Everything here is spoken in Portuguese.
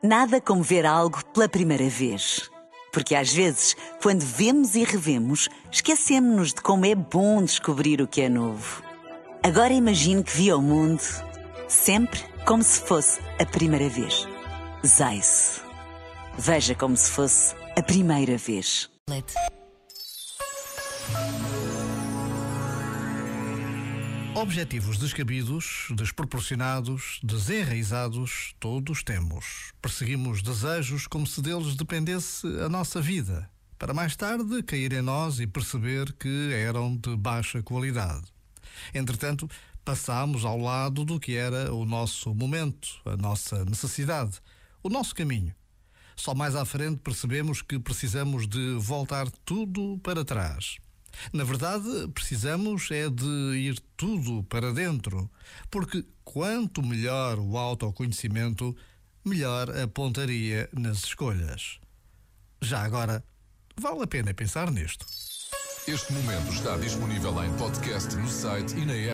Nada como ver algo pela primeira vez. Porque às vezes, quando vemos e revemos, esquecemos-nos de como é bom descobrir o que é novo. Agora imagine que viu o mundo sempre como se fosse a primeira vez. Zais. Veja como se fosse a primeira vez. Objetivos descabidos, desproporcionados, desenraizados, todos temos. Perseguimos desejos como se deles dependesse a nossa vida, para mais tarde cair em nós e perceber que eram de baixa qualidade. Entretanto, passámos ao lado do que era o nosso momento, a nossa necessidade, o nosso caminho. Só mais à frente percebemos que precisamos de voltar tudo para trás. Na verdade, precisamos é de ir tudo para dentro, porque quanto melhor o autoconhecimento, melhor a pontaria nas escolhas. Já agora, vale a pena pensar nisto. Este momento está disponível em podcast no site e na app.